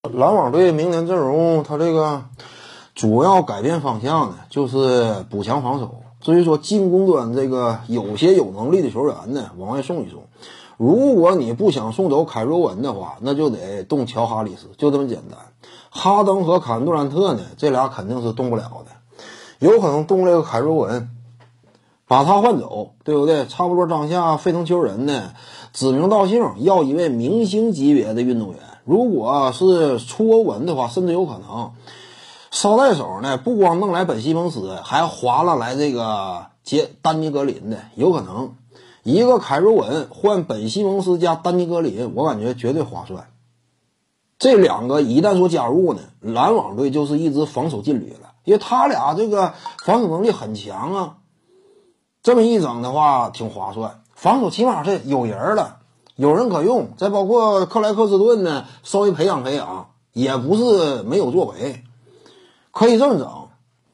篮网队明年阵容，它这个主要改变方向呢，就是补强防守。至于说进攻端这个有些有能力的球员呢，往外送一送。如果你不想送走凯瑞文的话，那就得动乔哈里斯，就这么简单。哈登和凯文杜兰特呢，这俩肯定是动不了的，有可能动这个凯瑞文，把他换走，对不对？差不多当下费城球人呢，指名道姓要一位明星级别的运动员。如果是出欧文的话，甚至有可能捎带手呢，不光弄来本西蒙斯，还划了来这个丹尼格林的，有可能一个凯瑞文换本西蒙斯加丹尼格林，我感觉绝对划算。这两个一旦说加入呢，篮网队就是一支防守劲旅了，因为他俩这个防守能力很强啊。这么一整的话，挺划算，防守起码是有人了。有人可用，再包括克莱克斯顿呢，稍微培养培养，也不是没有作为，可以这么整。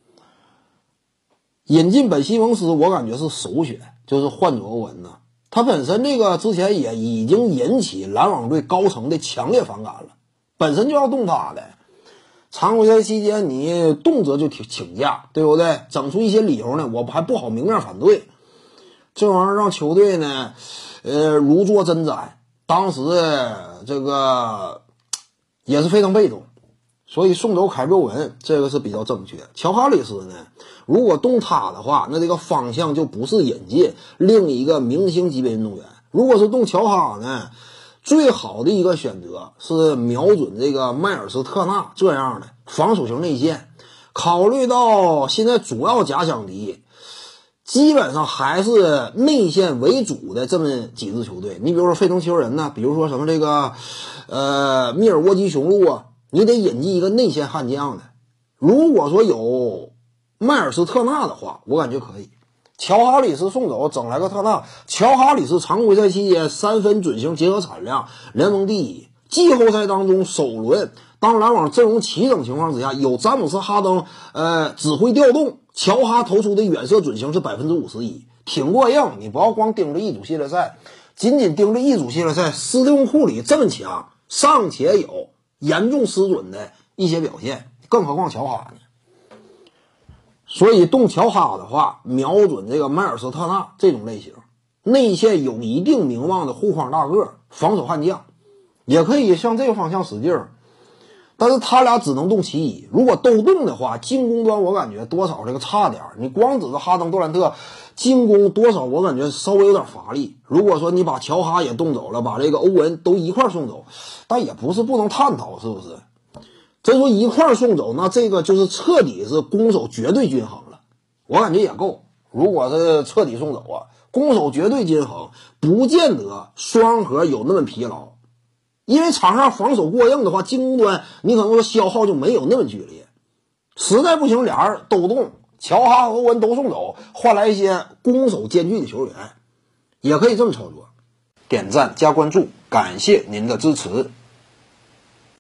引进本西蒙斯，我感觉是首选，就是换佐欧文呢。他本身这个之前也已经引起篮网队高层的强烈反感了，本身就要动他的。常规赛期间你动辄就请假，对不对？整出一些理由呢，我还不好明面反对。这玩意儿让球队呢，如坐针毡。当时这个也是非常被动，所以送走凯瑞文这个是比较正确。乔哈里斯呢，如果动他的话，那这个方向就不是引进另一个明星级别运动员。如果是动乔哈呢，最好的一个选择是瞄准这个迈尔斯特纳这样的防守型内线。考虑到现在主要假想敌基本上还是内线为主的这么几支球队，你比如说费城球人呢，比如说什么这个密尔沃基雄鹿啊，你得引进一个内线悍将的。如果说有迈尔斯特纳的话，我感觉可以。乔哈里斯送走，整来个特纳。乔哈里斯常规赛期间三分准星结合产量联盟第一，季后赛当中首轮当篮网阵容齐整情况之下，有詹姆斯哈登指挥调动，乔哈投出的远射准星是51%，挺过硬。你不要光盯着一组系列赛，仅仅盯着一组系列赛，斯蒂芬库里这么强，尚且有严重失准的一些表现，更何况乔哈呢？所以动乔哈的话，瞄准这个迈尔斯特纳这种类型，内线有一定名望的护框大个，防守悍将，也可以向这个方向使劲儿。但是他俩只能动其一，如果都动的话，进攻端我感觉多少这个差点。你光指着哈登杜兰特进攻多少，我感觉稍微有点乏力。如果说你把乔哈也动走了，把这个欧文都一块送走，但也不是不能探讨，是不是？真说一块送走，那这个就是彻底是攻守绝对均衡了，我感觉也够。如果是彻底送走啊，攻守绝对均衡，不见得双核有那么疲劳。因为场上防守过硬的话，进攻端你可能说消耗就没有那么剧烈。实在不行，俩人都动，乔哈和欧文都送走，换来一些攻守兼具的球员，也可以这么操作。点赞加关注，感谢您的支持。